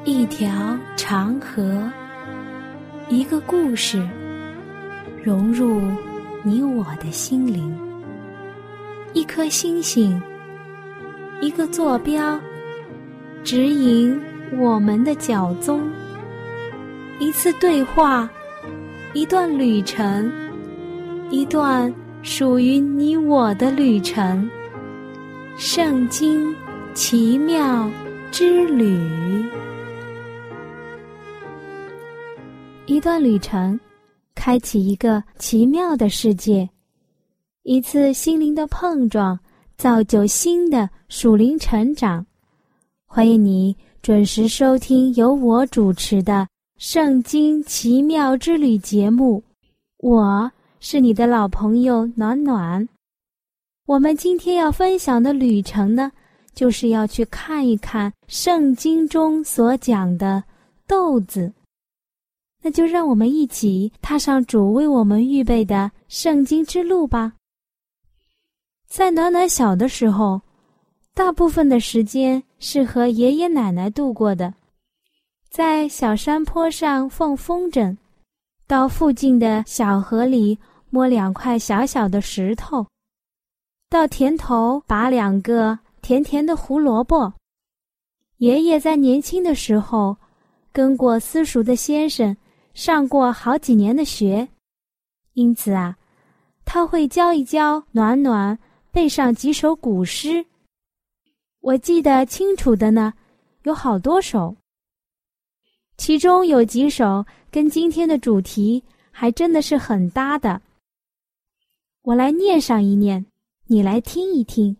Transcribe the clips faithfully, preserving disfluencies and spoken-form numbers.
一条长河，一个故事，融入你我的心灵。一颗星星，一个坐标，指引我们的脚踪。一次对话，一段旅程，一段属于你我的旅程。圣经奇妙之旅。一段旅程，开启一个奇妙的世界。一次心灵的碰撞，造就新的属灵成长。欢迎你准时收听由我主持的圣经奇妙之旅节目，我是你的老朋友暖暖。我们今天要分享的旅程呢，就是要去看一看圣经中所讲的豆子。那就让我们一起踏上主为我们预备的圣经之路吧。在暖暖小的时候，大部分的时间是和爷爷奶奶度过的，在小山坡上放风筝，到附近的小河里摸两块小小的石头，到田头拔两个甜甜的胡萝卜。爷爷在年轻的时候跟过私塾的先生上过好几年的学，因此啊，他会教一教暖暖背上几首古诗。我记得清楚的呢，有好多首，其中有几首跟今天的主题还真的是很搭的。我来念上一念，你来听一听。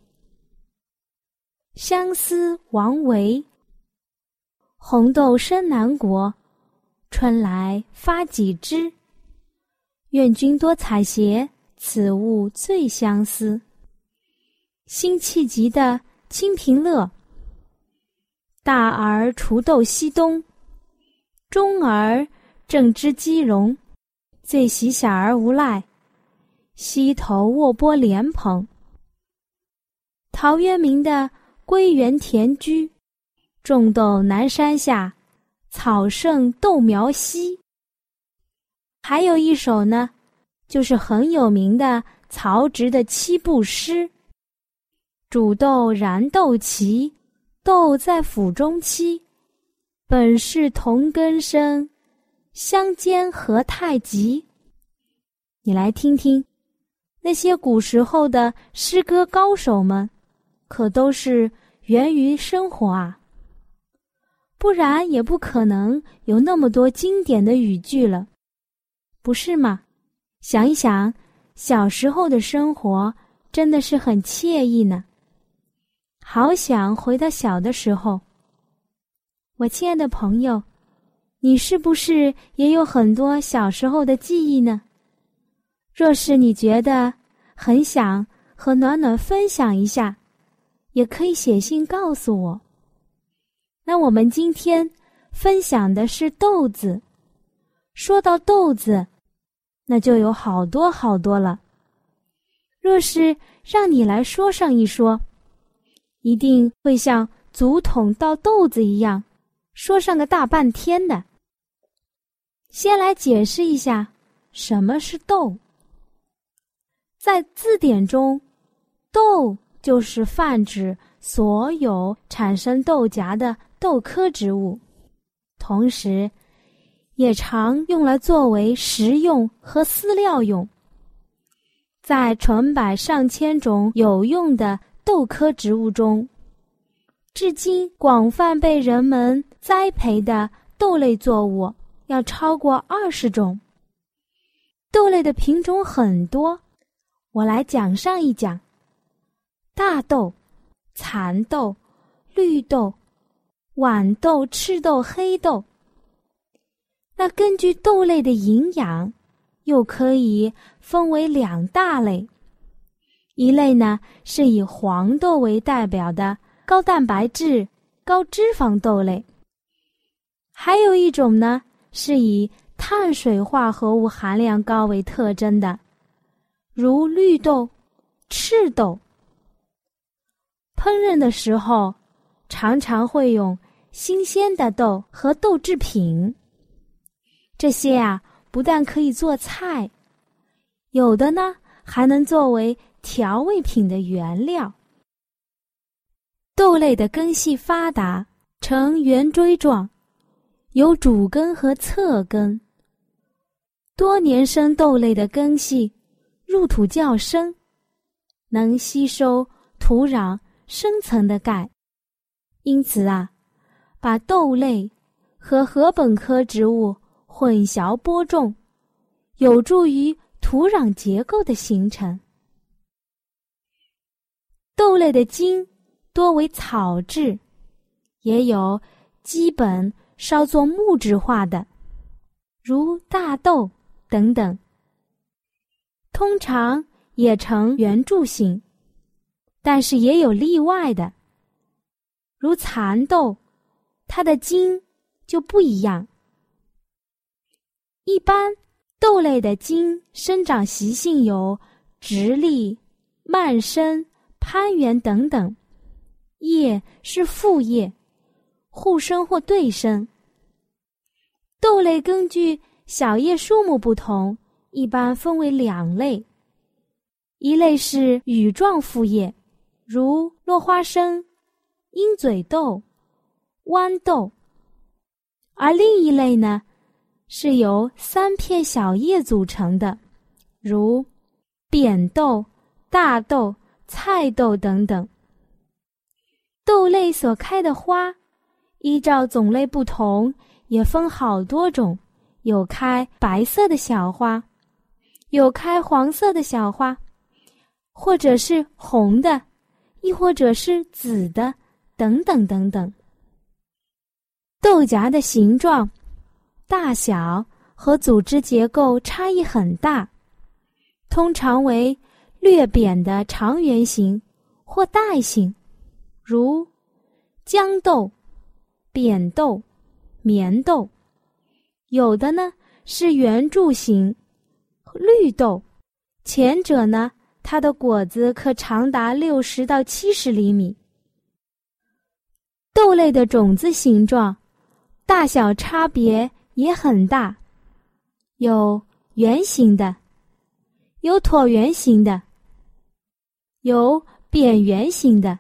相思王维，红豆生南国，春来发几枝。愿君多采撷，此物最相思。辛弃疾的《清平乐》，大儿锄豆溪东，中儿正织鸡绒。最喜小儿无赖，溪头卧剥莲蓬。陶渊明的《归园田居》，种豆南山下，草盛豆苗稀。还有一首呢，就是很有名的曹植的七步诗：煮豆燃豆萁，豆在釜中栖。本是同根生，相煎何太急。你来听听，那些古时候的诗歌高手们，可都是源于生活啊，不然也不可能有那么多经典的语句了，不是吗？想一想，小时候的生活真的是很惬意呢，好想回到小的时候。我亲爱的朋友，你是不是也有很多小时候的记忆呢？若是你觉得很想和暖暖分享一下，也可以写信告诉我。那我们今天分享的是豆子。说到豆子，那就有好多好多了。若是让你来说上一说，一定会像竹筒倒豆子一样，说上个大半天的。先来解释一下什么是豆。在字典中，豆就是泛指所有产生豆荚的豆科植物，同时也常用来作为食用和饲料用。在成百上千种有用的豆科植物中，至今广泛被人们栽培的豆类作物要超过二十种。豆类的品种很多，我来讲上一讲。大豆、蚕豆、绿豆、豌豆、赤豆、黑豆。那根据豆类的营养，又可以分为两大类。一类呢，是以黄豆为代表的高蛋白质、高脂肪豆类。还有一种呢，是以碳水化合物含量高为特征的，如绿豆、赤豆。烹饪的时候，常常会用新鲜的豆和豆制品。这些啊，不但可以做菜，有的呢还能作为调味品的原料。豆类的根系发达，呈圆锥状，有主根和侧根。多年生豆类的根系入土较深，能吸收土壤深层的钙，因此啊，把豆类和禾本科植物混淆播种，有助于土壤结构的形成。豆类的茎多为草质，也有基本稍作木质化的，如大豆等等，通常也呈圆柱形，但是也有例外的，如蚕豆，它的茎就不一样。一般豆类的茎生长习性有直立、慢生、攀援等等，叶是复叶，互生或对生。豆类根据小叶数目不同，一般分为两类，一类是羽状复叶，如落花生、鹰嘴豆、豌豆，而另一类呢，是由三片小叶组成的，如扁豆、大豆、菜豆等等。豆类所开的花，依照种类不同，也分好多种，有开白色的小花，有开黄色的小花，或者是红的，亦或者是紫的，等等等等。豆荚的形状、大小和组织结构差异很大，通常为略扁的长圆形或带形，如豇豆、扁豆、棉豆。有的呢是圆柱形绿豆，前者呢，它的果子可长达六十到七十厘米。豆类的种子形状、大小差别也很大，有圆形的，有椭圆形的，有扁圆形的。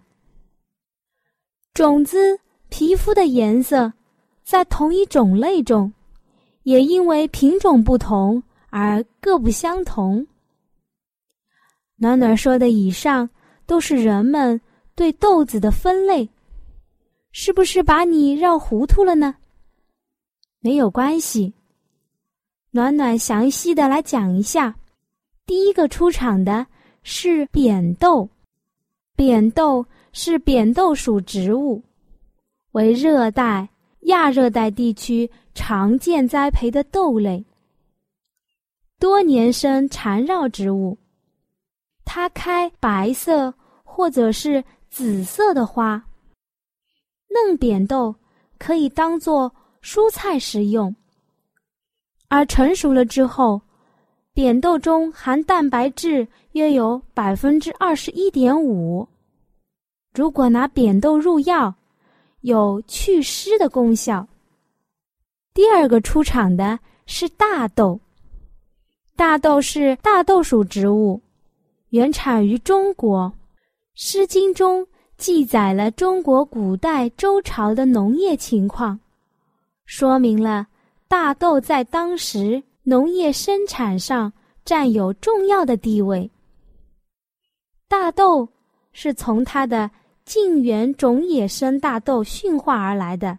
种子皮肤的颜色在同一种类中，也因为品种不同而各不相同。暖暖说的以上都是人们对豆子的分类，是不是把你绕糊涂了呢？没有关系，暖暖详细的来讲一下。第一个出场的是扁豆。扁豆是扁豆属植物，为热带、亚热带地区常见栽培的豆类，多年生缠绕植物。它开白色或者是紫色的花。嫩扁豆可以当作蔬菜食用，而成熟了之后，扁豆中含蛋白质约有 百分之二十一点五。 如果拿扁豆入药，有祛湿的功效。第二个出场的是大豆。大豆是大豆属植物，原产于中国。诗经中记载了中国古代周朝的农业情况，说明了大豆在当时农业生产上占有重要的地位。大豆是从它的近缘种野生大豆驯化而来的，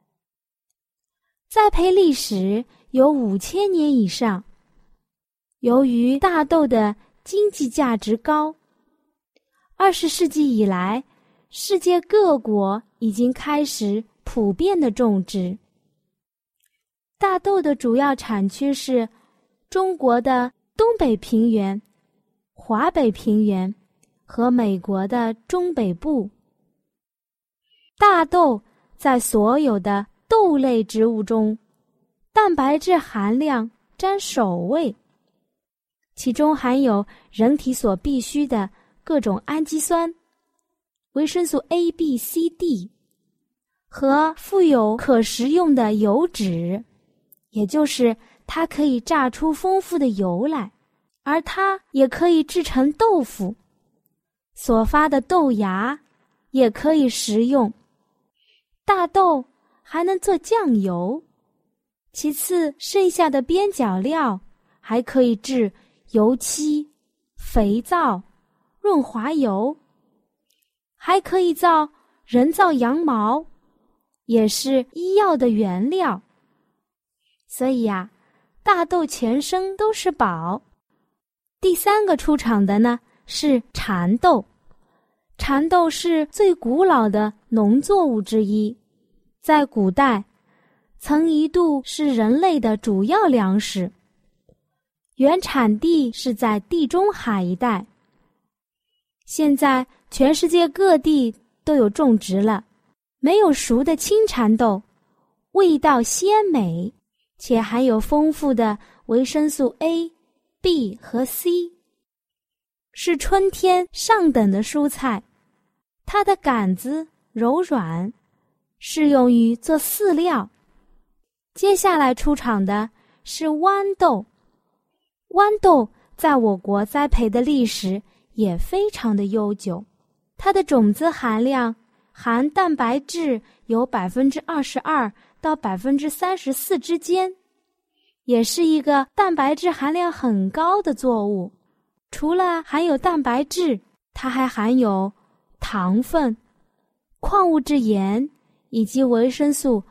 栽培历史有五千年以上。由于大豆的经济价值高，二十世纪以来，世界各国已经开始普遍的种植。大豆的主要产区是中国的东北平原、华北平原和美国的中北部。大豆在所有的豆类植物中，蛋白质含量占首位，其中含有人体所必需的各种氨基酸、维生素 A、B、C、D 和富有可食用的油脂，也就是它可以榨出丰富的油来，而它也可以制成豆腐，所发的豆芽也可以食用。大豆还能做酱油，其次剩下的边角料还可以制油漆、肥皂、润滑油，还可以造人造羊毛，也是医药的原料。所以呀、啊，大豆全身都是宝。第三个出场的呢是蚕豆。蚕豆是最古老的农作物之一，在古代曾一度是人类的主要粮食，原产地是在地中海一带。现在全世界各地都有种植了。没有熟的青蚕豆，味道鲜美，且含有丰富的维生素 A、B 和 C， 是春天上等的蔬菜。它的杆子柔软，适用于做饲料。接下来出场的是豌豆。豌豆在我国栽培的历史也非常的悠久，它的种子含量含蛋白质有 百分之二十二 到 百分之三十四 之间，也是一个蛋白质含量很高的作物。除了含有蛋白质，它还含有糖分、矿物质盐以及维生素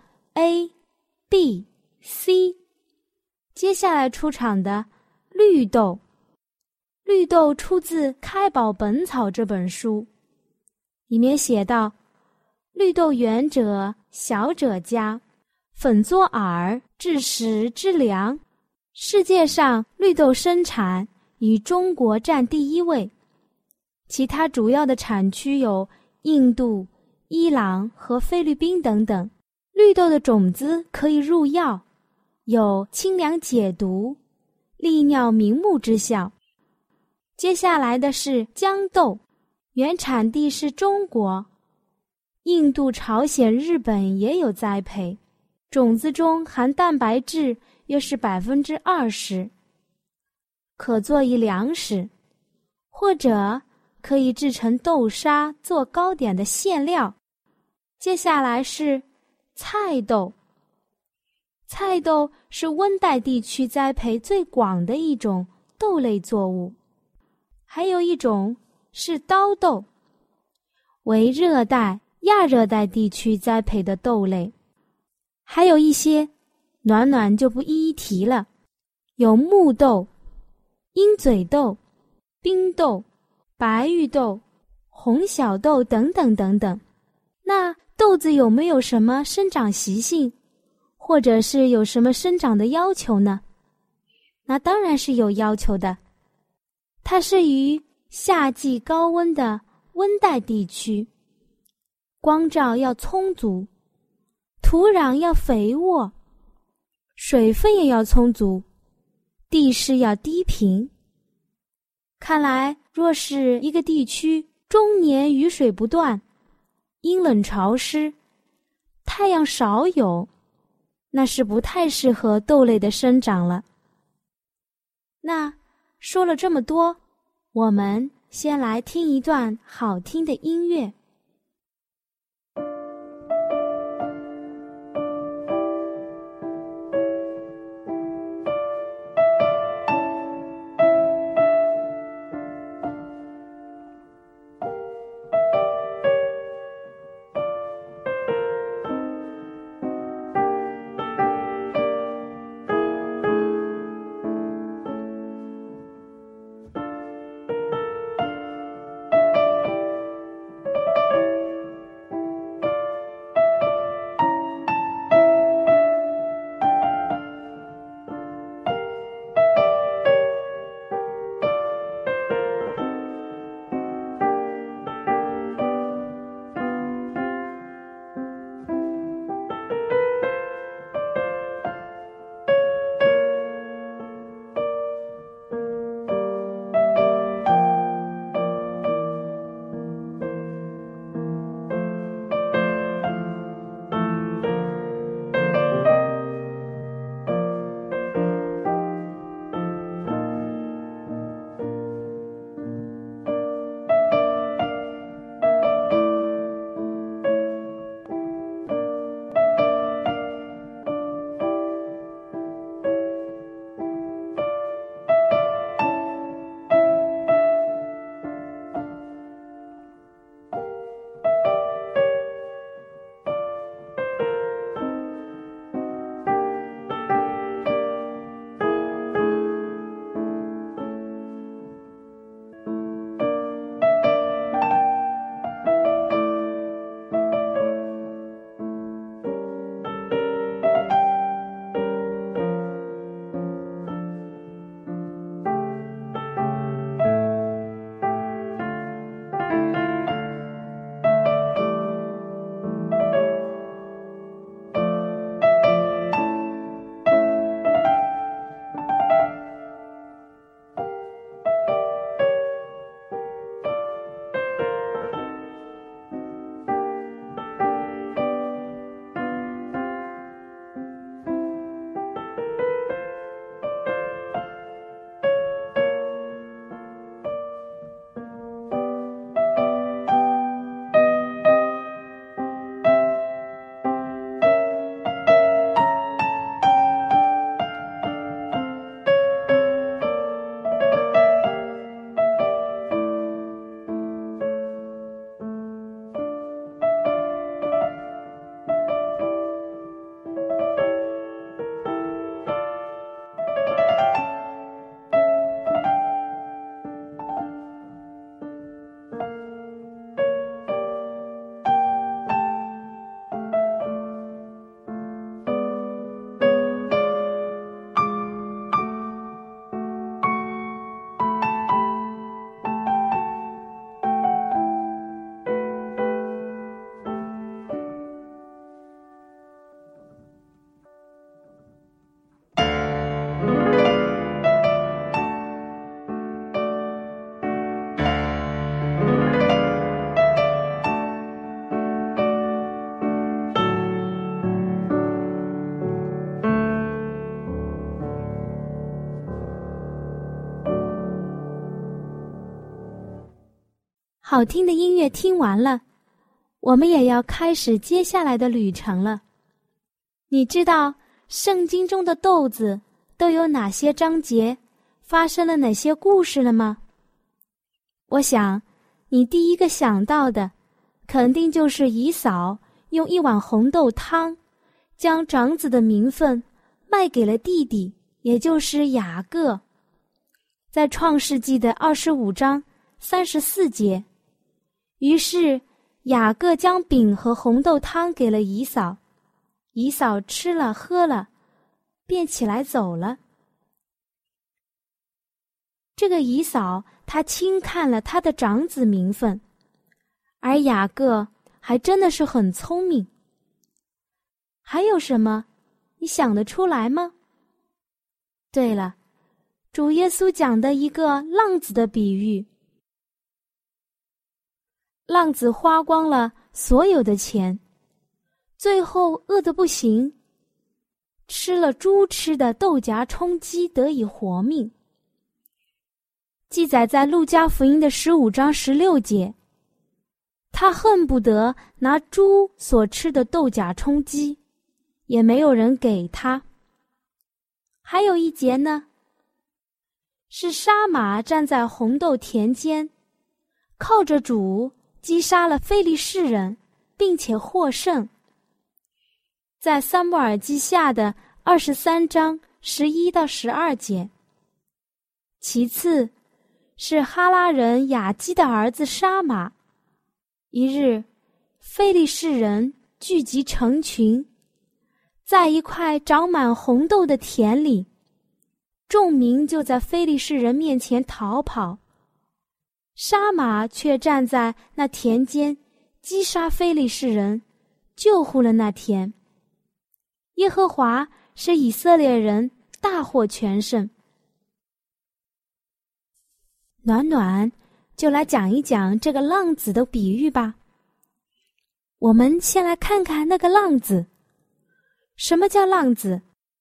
A、B、C。 接下来出场的绿豆。绿豆出自《开宝本草》这本书，里面写道：绿豆圆者，小者佳，粉作饵，治食之良。世界上绿豆生产以中国占第一位，其他主要的产区有印度、伊朗和菲律宾等等。绿豆的种子可以入药，有清凉解毒、利尿明目之效。接下来的是豇豆，原产地是中国，印度、朝鲜、日本也有栽培，种子中含蛋白质约是 百分之二十， 可作为粮食，或者可以制成豆沙做糕点的馅料。接下来是菜豆。菜豆是温带地区栽培最广的一种豆类作物。还有一种是刀豆，为热带、亚热带地区栽培的豆类。还有一些暖暖就不一一提了，有木豆、鹰嘴豆、冰豆、白玉豆、红小豆等等等等。那豆子有没有什么生长习性，或者是有什么生长的要求呢？那当然是有要求的。它是于夏季高温的温带地区，光照要充足，土壤要肥沃，水分也要充足，地势要低平。看来若是一个地区终年雨水不断，阴冷潮湿，太阳少有，那是不太适合豆类的生长了。那说了这么多，我们先来听一段好听的音乐。 好听的音乐听完了，我们也要开始接下来的旅程了。你知道圣经中的豆子都有哪些章节，发生了哪些故事了吗？我想你第一个想到的肯定就是以扫用一碗红豆汤将长子的名分卖给了弟弟，也就是雅各。在创世纪的二十五章三十四节，于是雅各将饼和红豆汤给了以扫，以扫吃了喝了，便起来走了。这个以扫他轻看了他的长子名分，而雅各还真的是很聪明。还有什么你想得出来吗？对了，主耶稣讲的一个浪子的比喻。浪子花光了所有的钱，最后饿得不行，吃了猪吃的豆荚充饥得以活命。记载在路加福音的十五章十六节，他恨不得拿猪所吃的豆荚充饥，也没有人给他。还有一节呢，是沙马站在红豆田间，靠着主击杀了非利士人，并且获胜。在撒母耳记下的二十三章十一到十二节。其次是哈拉人雅基的儿子沙马。一日，非利士人聚集成群，在一块长满红豆的田里，众民就在非利士人面前逃跑，沙马却站在那田间击杀非利士人，救护了那田。耶和华使以色列人大获全胜。暖暖就来讲一讲这个浪子的比喻吧。我们先来看看那个浪子。什么叫浪子？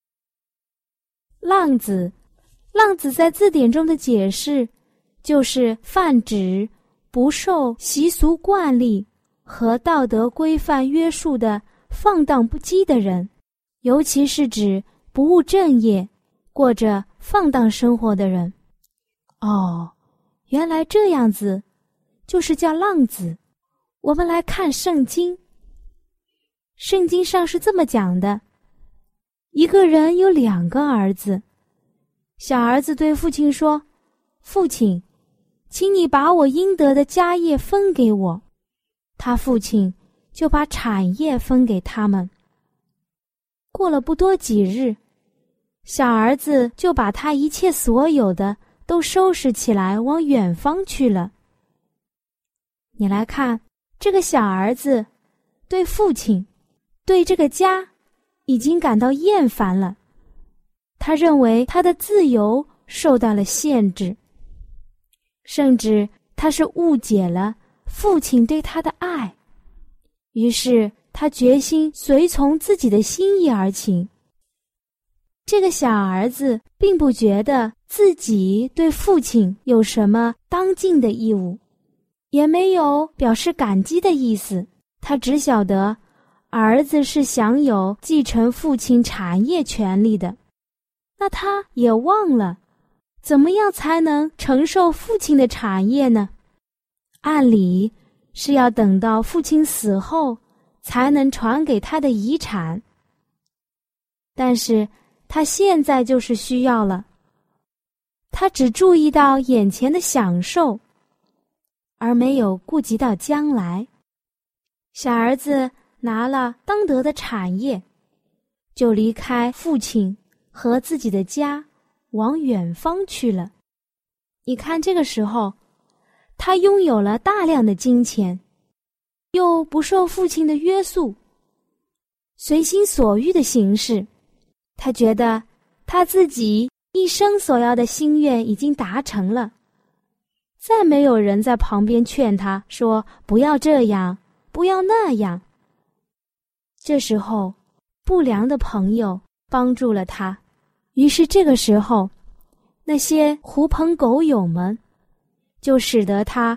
浪子，浪子在字典中的解释就是泛指不受习俗惯例和道德规范约束的放荡不羁的人，尤其是指不务正业、过着放荡生活的人。哦，原来这样子就是叫浪子。我们来看圣经，圣经上是这么讲的：一个人有两个儿子，小儿子对父亲说，父亲，请你把我应得的家业分给我。他父亲就把产业分给他们。过了不多几日，小儿子就把他一切所有的都收拾起来往远方去了。你来看，这个小儿子对父亲，对这个家已经感到厌烦了，他认为他的自由受到了限制，甚至他是误解了父亲对他的爱，于是他决心随从自己的心意而行。这个小儿子并不觉得自己对父亲有什么当尽的义务，也没有表示感激的意思，他只晓得儿子是享有继承父亲产业权利的。那他也忘了怎么样才能承受父亲的产业呢？按理是要等到父亲死后才能传给他的遗产，但是他现在就是需要了。他只注意到眼前的享受，而没有顾及到将来。小儿子拿了当得的产业，就离开父亲和自己的家，往远方去了。你看，这个时候他拥有了大量的金钱，又不受父亲的约束，随心所欲的行事。他觉得他自己一生所要的心愿已经达成了，再没有人在旁边劝他说不要这样，不要那样。这时候不良的朋友帮助了他，于是这个时候那些狐朋狗友们就使得他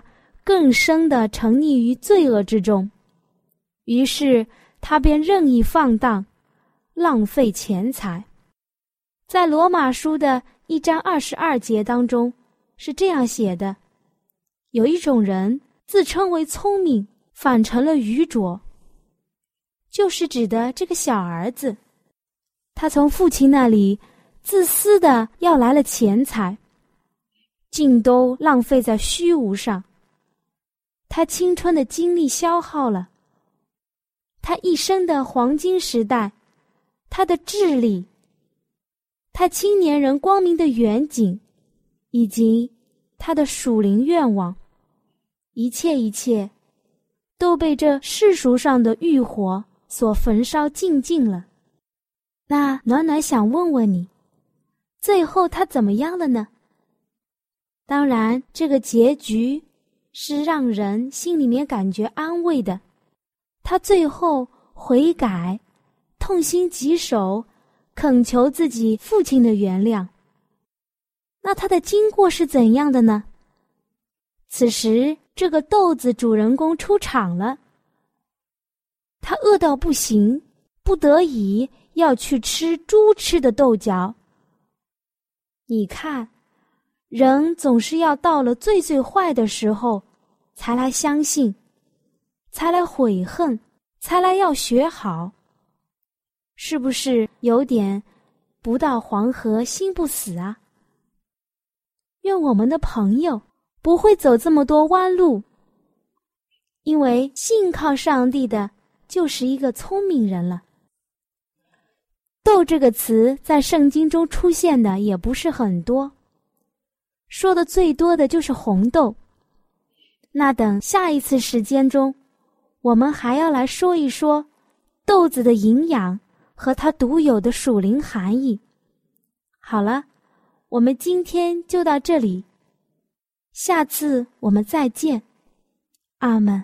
更深地沉溺于罪恶之中，于是他便任意放荡，浪费钱财。在罗马书的一章二十二节当中是这样写的：有一种人自称为聪明，反成了愚拙，就是指的这个小儿子，他从父亲那里自私地要来了钱财，尽都浪费在虚无上。他青春的精力消耗了，他一生的黄金时代，他的智力，他青年人光明的远景，以及他的属灵愿望，一切一切都被这世俗上的欲火所焚烧尽尽了。那暖暖想问问你，最后他怎么样了呢？当然，这个结局是让人心里面感觉安慰的。他最后悔改，痛心疾首，恳求自己父亲的原谅。那他的经过是怎样的呢？此时，这个豆子主人公出场了。他饿到不行，不得已要去吃猪吃的豆角。你看，人总是要到了最最坏的时候才来相信，才来悔恨，才来要学好，是不是有点不到黄河心不死啊？愿我们的朋友不会走这么多弯路，因为信靠上帝的就是一个聪明人了。豆这个词在圣经中出现的也不是很多，说的最多的就是红豆。那等下一次时间中，我们还要来说一说豆子的营养和它独有的属灵含义。好了，我们今天就到这里，下次我们再见，阿们。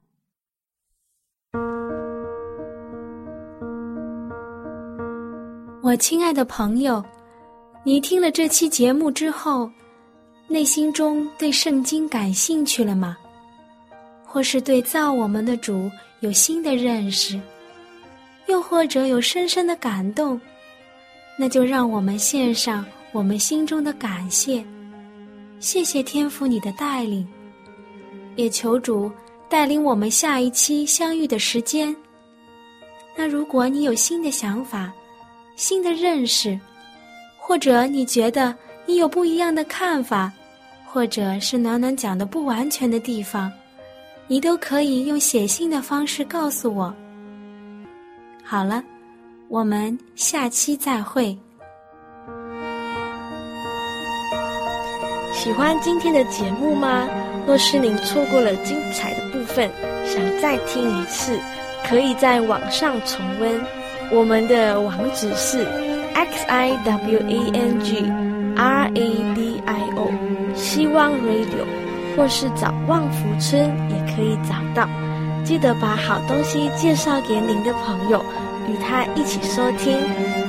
我亲爱的朋友，你听了这期节目之后，内心中对圣经感兴趣了吗？或是对造我们的主有新的认识，又或者有深深的感动，那就让我们献上我们心中的感谢。谢谢天父你的带领，也求主带领我们下一期相遇的时间。那如果你有新的想法，新的认识，或者你觉得你有不一样的看法，或者是暖暖讲的不完全的地方，你都可以用写信的方式告诉我。好了，我们下期再会。 喜欢今天的节目吗？若是您错过了精彩的部分，想再听一次，可以在网上重温。我们的网址是 x i w a n g r a d i o 希望 radio， 或是找旺福村也可以找到。记得把好东西介绍给您的朋友，与他一起收听。